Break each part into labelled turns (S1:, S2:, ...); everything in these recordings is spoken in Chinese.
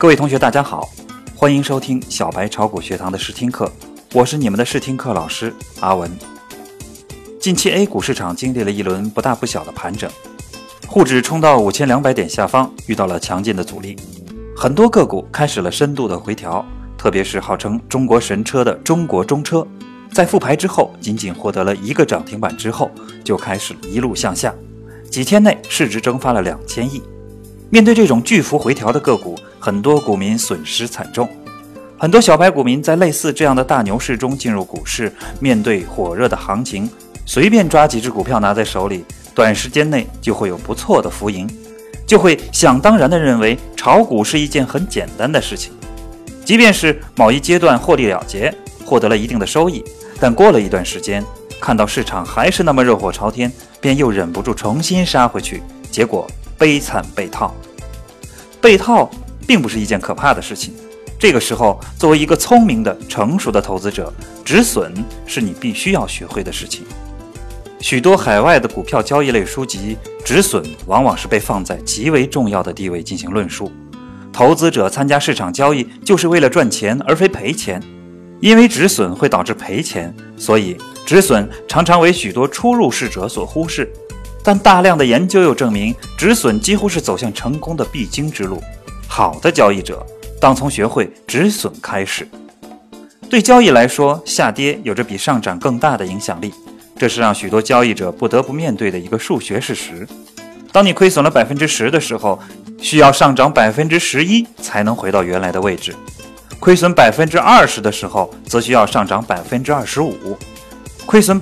S1: 各位同学大家好，欢迎收听小白炒股学堂的试听课，我是你们的试听课老师阿文。近期 A 股市场经历了一轮不大不小的盘整，沪指冲到5200点下方，遇到了强劲的阻力，很多个股开始了深度的回调，特别是号称中国神车的中国中车，在复牌之后仅仅获得了一个涨停板之后，就开始一路向下，几天内市值蒸发了2000亿。面对这种巨幅回调的个股，很多股民损失惨重。很多小白股民在类似这样的大牛市中进入股市，面对火热的行情，随便抓几只股票拿在手里，短时间内就会有不错的浮盈，就会想当然地认为炒股是一件很简单的事情。即便是某一阶段获利了结，获得了一定的收益，但过了一段时间，看到市场还是那么热火朝天，便又忍不住重新杀回去，结果悲惨被套。被套并不是一件可怕的事情，这个时候作为一个聪明的成熟的投资者，止损是你必须要学会的事情。许多海外的股票交易类书籍，止损往往是被放在极为重要的地位进行论述。投资者参加市场交易就是为了赚钱而非赔钱，因为止损会导致赔钱，所以止损常常为许多初入市者所忽视。但大量的研究又证明，止损几乎是走向成功的必经之路。好的交易者当从学会止损开始。对交易来说，下跌有着比上涨更大的影响力，这是让许多交易者不得不面对的一个数学事实。当你亏损了 10% 的时候，需要上涨 11% 才能回到原来的位置；亏损 20% 的时候，则需要上涨 25%；亏损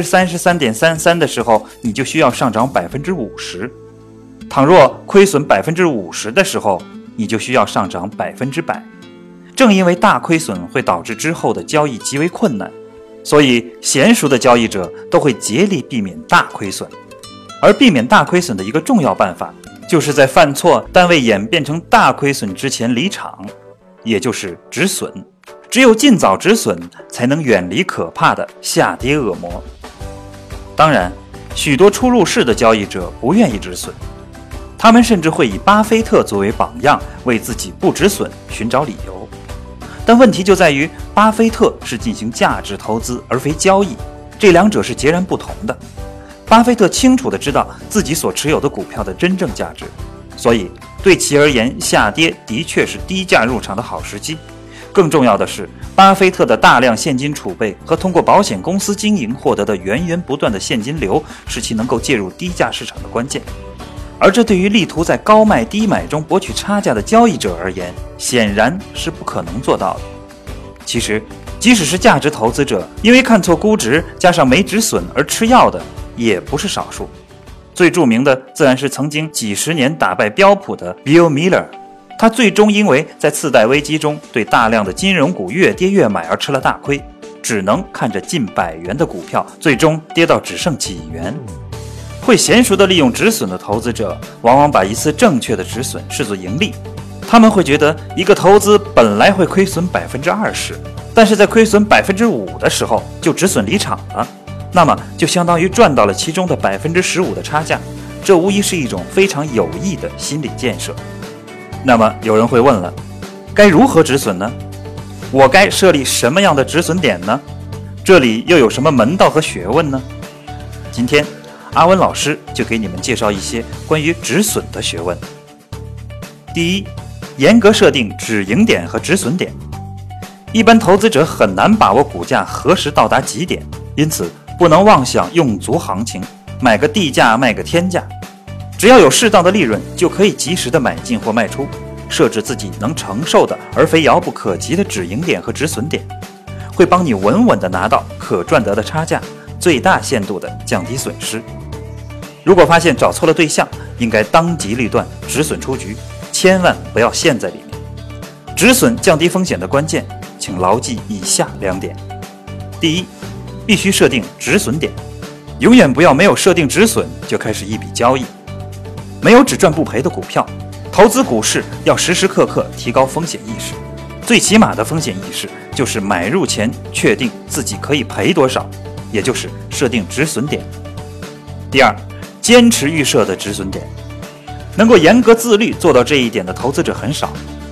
S1: 33.33% 的时候，你就需要上涨 50%；倘若亏损 50% 的时候，你就需要上涨 100%。正因为大亏损会导致之后的交易极为困难，所以娴熟的交易者都会竭力避免大亏损。而避免大亏损的一个重要办法，就是在犯错但未演变成大亏损之前离场，也就是止损。只有尽早止损，才能远离可怕的下跌恶魔。当然，许多初入市的交易者不愿意止损，他们甚至会以巴菲特作为榜样，为自己不止损寻找理由。但问题就在于，巴菲特是进行价值投资而非交易，这两者是截然不同的。巴菲特清楚地知道自己所持有的股票的真正价值，所以对其而言，下跌的确是低价入场的好时机。更重要的是，巴菲特的大量现金储备和通过保险公司经营获得的源源不断的现金流，是其能够介入低价市场的关键。而这对于力图在高卖低买中博取差价的交易者而言，显然是不可能做到的。其实，即使是价值投资者，因为看错估值加上没止损而吃药的也不是少数。最著名的自然是曾经几十年打败标普的 Bill Miller，他最终因为在次贷危机中对大量的金融股越跌越买而吃了大亏，只能看着近100元的股票最终跌到只剩几元。会娴熟地利用止损的投资者，往往把一次正确的止损视作盈利。他们会觉得一个投资本来会亏损 20%， 但是在亏损 5% 的时候就止损离场了，那么就相当于赚到了其中的 15% 的差价，这无疑是一种非常有益的心理建设。那么有人会问了，该如何止损呢？我该设立什么样的止损点呢？这里又有什么门道和学问呢？今天阿文老师就给你们介绍一些关于止损的学问。第一，严格设定止盈点和止损点。一般投资者很难把握股价何时到达极点，因此不能妄想用足行情，买个地价卖个天价。只要有适当的利润，就可以及时的买进或卖出，设置自己能承受的而非遥不可及的止盈点和止损点，会帮你稳稳的拿到可赚得的差价，最大限度的降低损失。如果发现找错了对象，应该当机立断止损出局，千万不要陷在里面。止损降低风险的关键，请牢记以下2点。第一，必须设定止损点，永远不要没有设定止损就开始一笔交易。没有只赚不赔的股票，投资股市要时时刻刻提高风险意识。最起码的风险意识就是买入前确定自己可以赔多少，也就是设定止损点。第二，坚持预设的止损点。能够严格自律做到这一点的投资者很少，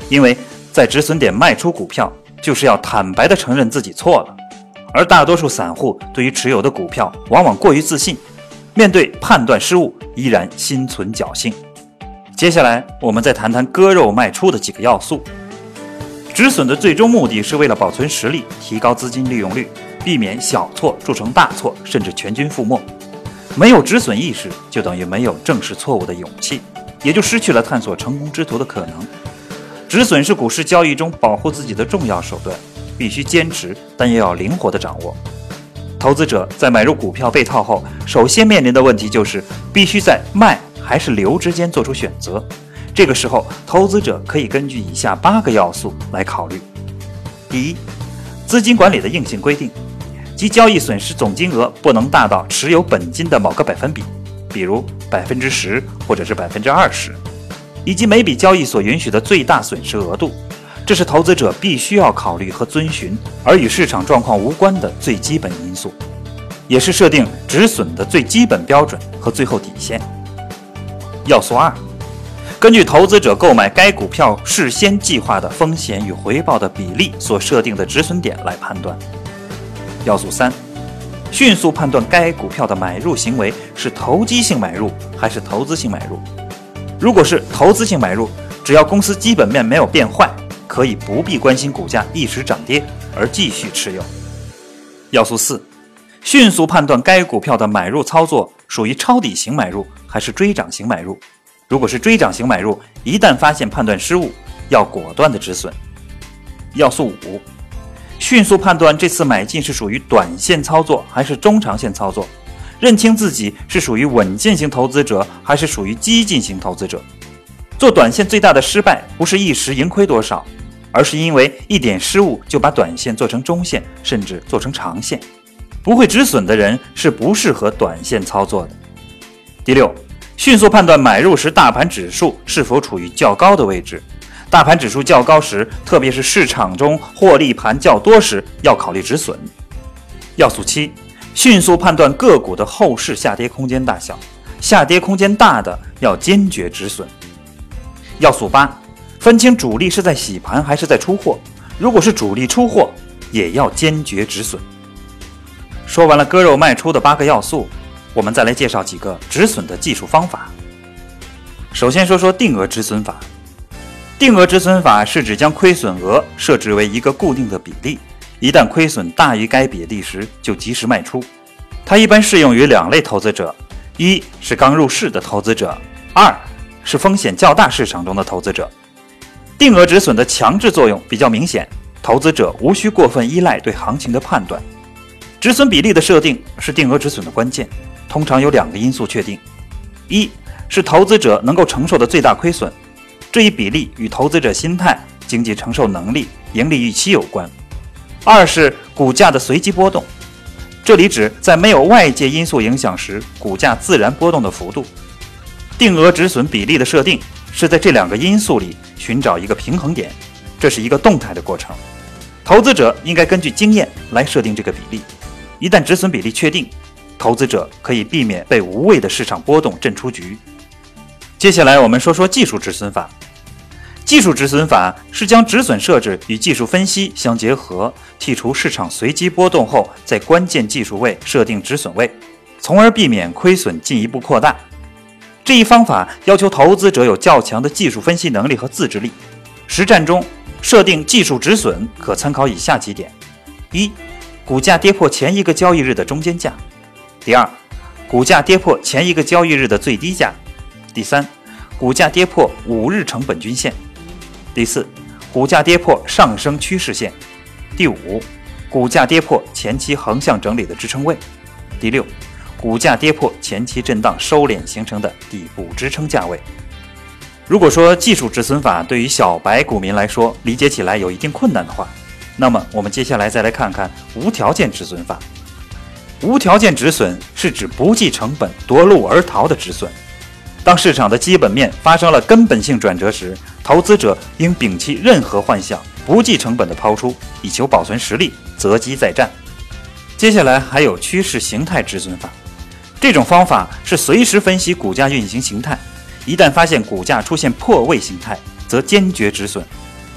S1: 因为在止损点卖出股票，就是要坦白地承认自己错了。而大多数散户对于持有的股票往往过于自信，面对判断失误依然心存侥幸。接下来我们再谈谈割肉卖出的几个要素。止损的最终目的是为了保存实力，提高资金利用率，避免小错铸成大错，甚至全军覆没。没有止损意识，就等于没有正视错误的勇气，也就失去了探索成功之途的可能。止损是股市交易中保护自己的重要手段，必须坚持，但也要灵活地掌握。投资者在买入股票被套后，首先面临的问题就是必须在卖还是留之间做出选择。这个时候，投资者可以根据以下8个要素来考虑。第一，资金管理的硬性规定，即交易损失总金额不能大到持有本金的某个百分比，比如10%或者是20%，以及每笔交易所允许的最大损失额度。这是投资者必须要考虑和遵循，而与市场状况无关的最基本因素，也是设定止损的最基本标准和最后底线。要素2，根据投资者购买该股票事先计划的风险与回报的比例所设定的止损点来判断。要素3，迅速判断该股票的买入行为是投机性买入还是投资性买入。如果是投资性买入，只要公司基本面没有变坏，可以不必关心股价一时涨跌而继续持有。要素4，迅速判断该股票的买入操作属于抄底型买入还是追涨型买入。如果是追涨型买入，一旦发现判断失误，要果断的止损。要素5，迅速判断这次买进是属于短线操作还是中长线操作，认清自己是属于稳健型投资者还是属于激进型投资者。做短线最大的失败不是一时盈亏多少，而是因为一点失误就把短线做成中线，甚至做成长线。不会止损的人是不适合短线操作的。第6，迅速判断买入时大盘指数是否处于较高的位置。大盘指数较高时，特别是市场中获利盘较多时，要考虑止损。要素7，迅速判断个股的后市下跌空间大小，下跌空间大的要坚决止损。要素8，分清主力是在洗盘还是在出货，如果是主力出货，也要坚决止损。说完了割肉卖出的8个要素，我们再来介绍几个止损的技术方法。首先说说定额止损法。定额止损法是指将亏损额设置为一个固定的比例，一旦亏损大于该比例时，就及时卖出。它一般适用于2类投资者：一是刚入市的投资者，2是风险较大市场中的投资者。定额止损的强制作用比较明显，投资者无需过分依赖对行情的判断。止损比例的设定是定额止损的关键，通常有2个因素确定：一是投资者能够承受的最大亏损，这一比例与投资者心态、经济承受能力、盈利预期有关；二是股价的随机波动，这里指在没有外界因素影响时，股价自然波动的幅度。定额止损比例的设定是在这2个因素里寻找一个平衡点，这是一个动态的过程。投资者应该根据经验来设定这个比例，一旦止损比例确定，投资者可以避免被无谓的市场波动震出局。接下来我们说说技术止损法。技术止损法是将止损设置与技术分析相结合，剔除市场随机波动后，在关键技术位设定止损位，从而避免亏损进一步扩大。这一方法要求投资者有较强的技术分析能力和自制力。实战中，设定技术止损可参考以下几点：一、股价跌破前一个交易日的中间价；第二，股价跌破前一个交易日的最低价；第三，股价跌破5日成本均线；第四，股价跌破上升趋势线；第五，股价跌破前期横向整理的支撑位；第六，股价跌破前期震荡收敛形成的底部支撑价位。如果说技术止损法对于小白股民来说理解起来有一定困难的话，那么我们接下来再来看看无条件止损法。无条件止损是指不计成本夺路而逃的止损。当市场的基本面发生了根本性转折时，投资者应摒弃任何幻想，不计成本的抛出，以求保存实力，择机再战。接下来还有趋势形态止损法。这种方法是随时分析股价运行形态，一旦发现股价出现破位形态，则坚决止损。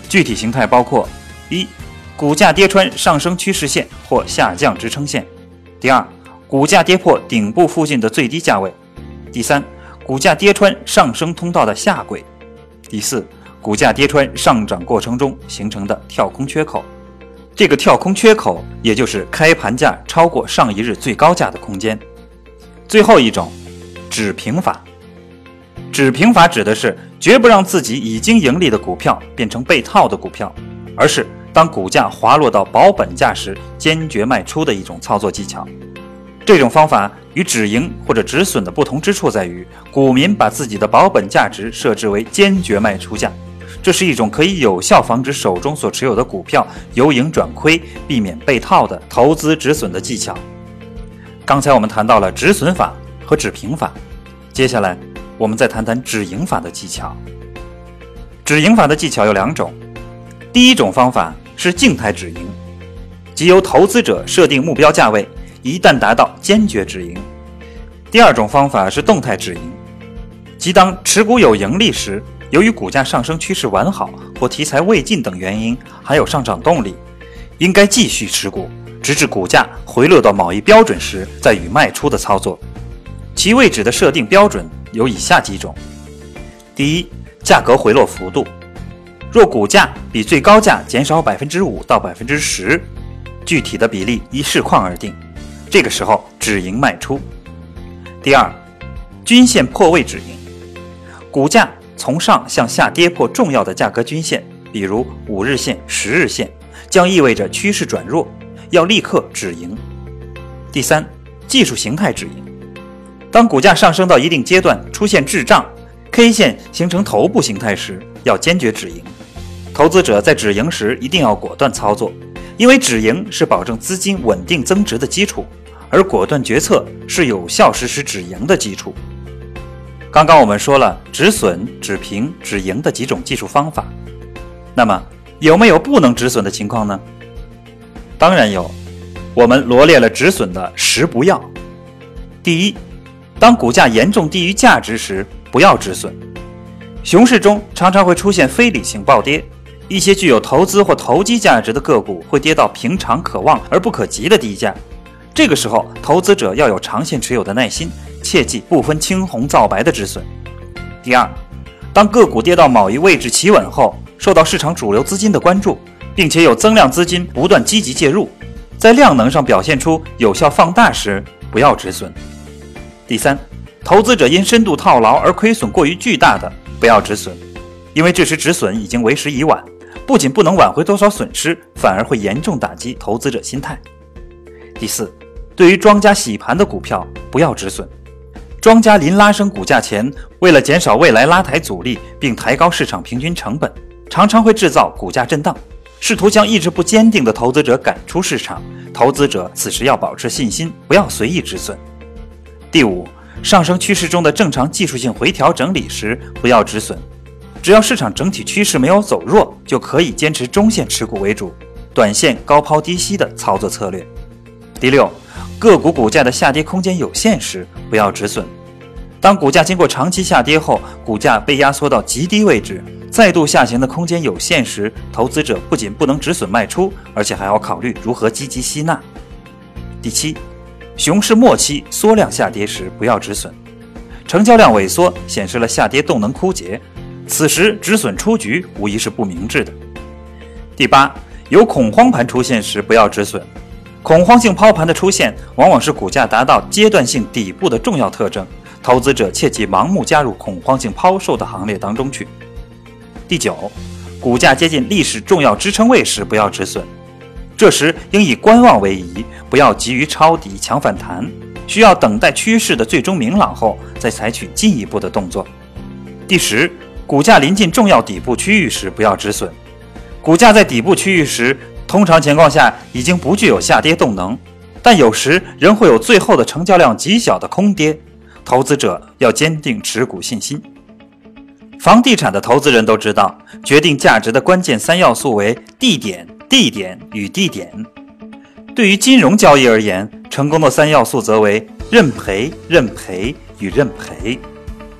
S1: 具体形态包括：一、股价跌穿上升趋势线或下降支撑线；第二，股价跌破顶部附近的最低价位；第三，股价跌穿上升通道的下轨；第四，股价跌穿上涨过程中形成的跳空缺口。这个跳空缺口也就是开盘价超过上一日最高价的空间。最后一种，止平法。止平法指的是绝不让自己已经盈利的股票变成被套的股票，而是当股价滑落到保本价时坚决卖出的一种操作技巧。这种方法与止盈或者止损的不同之处在于，股民把自己的保本价值设置为坚决卖出价，这是一种可以有效防止手中所持有的股票由盈转亏，避免被套的投资止损的技巧。刚才我们谈到了止损法和止平法，接下来我们再谈谈止盈法的技巧。止盈法的技巧有两种，第一种方法是静态止盈，即由投资者设定目标价位，一旦达到坚决止盈。第二种方法是动态止盈，即当持股有盈利时，由于股价上升趋势完好或题材未尽等原因还有上涨动力，应该继续持股，直至股价回落到某一标准时再予卖出的操作。其位置的设定标准有以下几种：第一，价格回落幅度，若股价比最高价减少 5% 到 10%， 具体的比例依市况而定，这个时候止盈卖出。第二，均线破位止盈，股价从上向下跌破重要的价格均线，比如5日线、10日线，将意味着趋势转弱，要立刻止盈。第三，技术形态止盈，当股价上升到一定阶段出现滞胀 K 线形成头部形态时，要坚决止盈。投资者在止盈时一定要果断操作，因为止盈是保证资金稳定增值的基础，而果断决策是有效实施止盈的基础。刚刚我们说了止损、止平、止盈的几种技术方法，那么有没有不能止损的情况呢？当然有，我们罗列了止损的10不要。第一，当股价严重低于价值时，不要止损。熊市中常常会出现非理性暴跌，一些具有投资或投机价值的个股会跌到平常可望而不可及的低价。这个时候，投资者要有长线持有的耐心，切记不分青红皂白的止损。第二，当个股跌到某一位置企稳后，受到市场主流资金的关注，并且有增量资金不断积极介入，在量能上表现出有效放大时，不要止损。第三，投资者因深度套牢而亏损过于巨大的，不要止损，因为这时止损已经为时已晚，不仅不能挽回多少损失，反而会严重打击投资者心态。第四，对于庄家洗盘的股票，不要止损。庄家临拉升股价前，为了减少未来拉抬阻力并抬高市场平均成本，常常会制造股价震荡，试图将意志不坚定的投资者赶出市场。投资者此时要保持信心，不要随意止损。第五，上升趋势中的正常技术性回调整理时，不要止损。只要市场整体趋势没有走弱，就可以坚持中线持股为主，短线高抛低吸的操作策略。第六，个股股价的下跌空间有限时，不要止损。当股价经过长期下跌后，股价被压缩到极低位置，再度下行的空间有限时，投资者不仅不能止损卖出，而且还要考虑如何积极吸纳。第七，熊市末期缩量下跌时，不要止损。成交量萎缩显示了下跌动能枯竭，此时止损出局无疑是不明智的。第八，有恐慌盘出现时，不要止损。恐慌性抛盘的出现往往是股价达到阶段性底部的重要特征，投资者切忌盲目加入恐慌性抛售的行列当中去。第九，股价接近历史重要支撑位时，不要止损。这时应以观望为宜，不要急于抄底抢反弹，需要等待趋势的最终明朗后再采取进一步的动作。第十，股价临近重要底部区域时，不要止损。股价在底部区域时，通常情况下已经不具有下跌动能，但有时仍会有最后的成交量极小的空跌，投资者要坚定持股信心。房地产的投资人都知道，决定价值的关键3要素为地点、地点与地点。对于金融交易而言，成功的3要素则为认赔、认赔与认赔。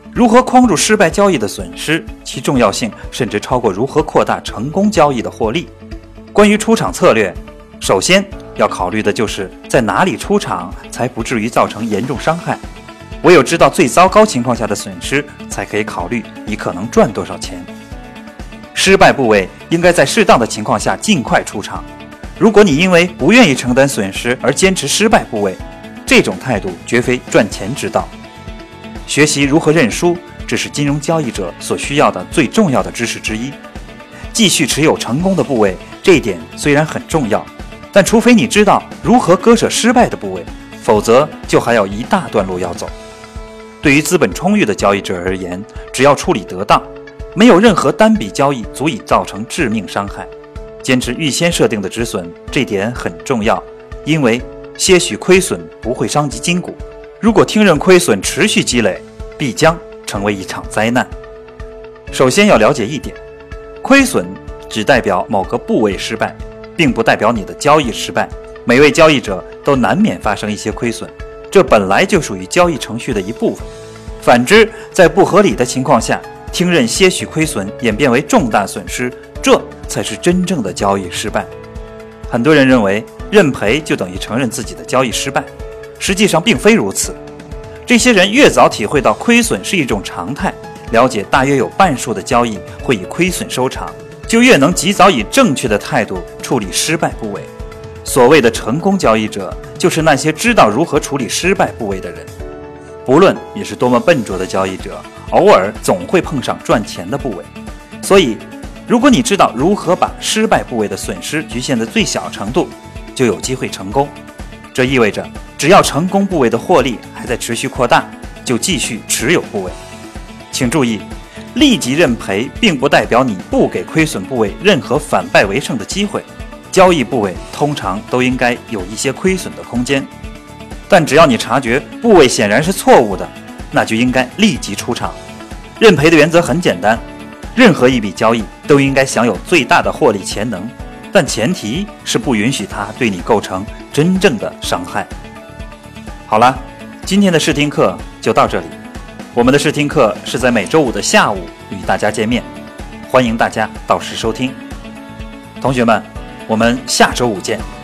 S1: 如何框住失败交易的损失，其重要性甚至超过如何扩大成功交易的获利。关于出场策略，首先要考虑的就是在哪里出场才不至于造成严重伤害。唯有知道最糟糕情况下的损失，才可以考虑你可能赚多少钱。失败部位应该在适当的情况下尽快出场。如果你因为不愿意承担损失而坚持失败部位，这种态度绝非赚钱之道。学习如何认输，这是金融交易者所需要的最重要的知识之一。继续持有成功的部位，这一点虽然很重要，但除非你知道如何割舍失败的部位，否则就还有一大段路要走。对于资本充裕的交易者而言，只要处理得当，没有任何单笔交易足以造成致命伤害。坚持预先设定的止损，这点很重要，因为些许亏损不会伤及筋骨。如果听任亏损持续积累，必将成为一场灾难。首先要了解一点，亏损只代表某个部位失败，并不代表你的交易失败。每位交易者都难免发生一些亏损，这本来就属于交易程序的一部分。反之，在不合理的情况下，听任些许亏损演变为重大损失，这才是真正的交易失败。很多人认为认赔就等于承认自己的交易失败，实际上并非如此。这些人越早体会到亏损是一种常态，了解大约有半数的交易会以亏损收场，就越能及早以正确的态度处理失败部位。所谓的成功交易者，就是那些知道如何处理失败部位的人。不论你是多么笨拙的交易者，偶尔总会碰上赚钱的部位。所以如果你知道如何把失败部位的损失局限在最小程度，就有机会成功。这意味着只要成功部位的获利还在持续扩大，就继续持有部位。请注意，立即认赔并不代表你不给亏损部位任何反败为胜的机会。交易部位通常都应该有一些亏损的空间，但只要你察觉部位显然是错误的，那就应该立即出场。认赔的原则很简单，任何一笔交易都应该享有最大的获利潜能，但前提是不允许它对你构成真正的伤害。好了，今天的试听课就到这里。我们的试听课是在每周五的下午与大家见面，欢迎大家到时收听。同学们，我们下周五见。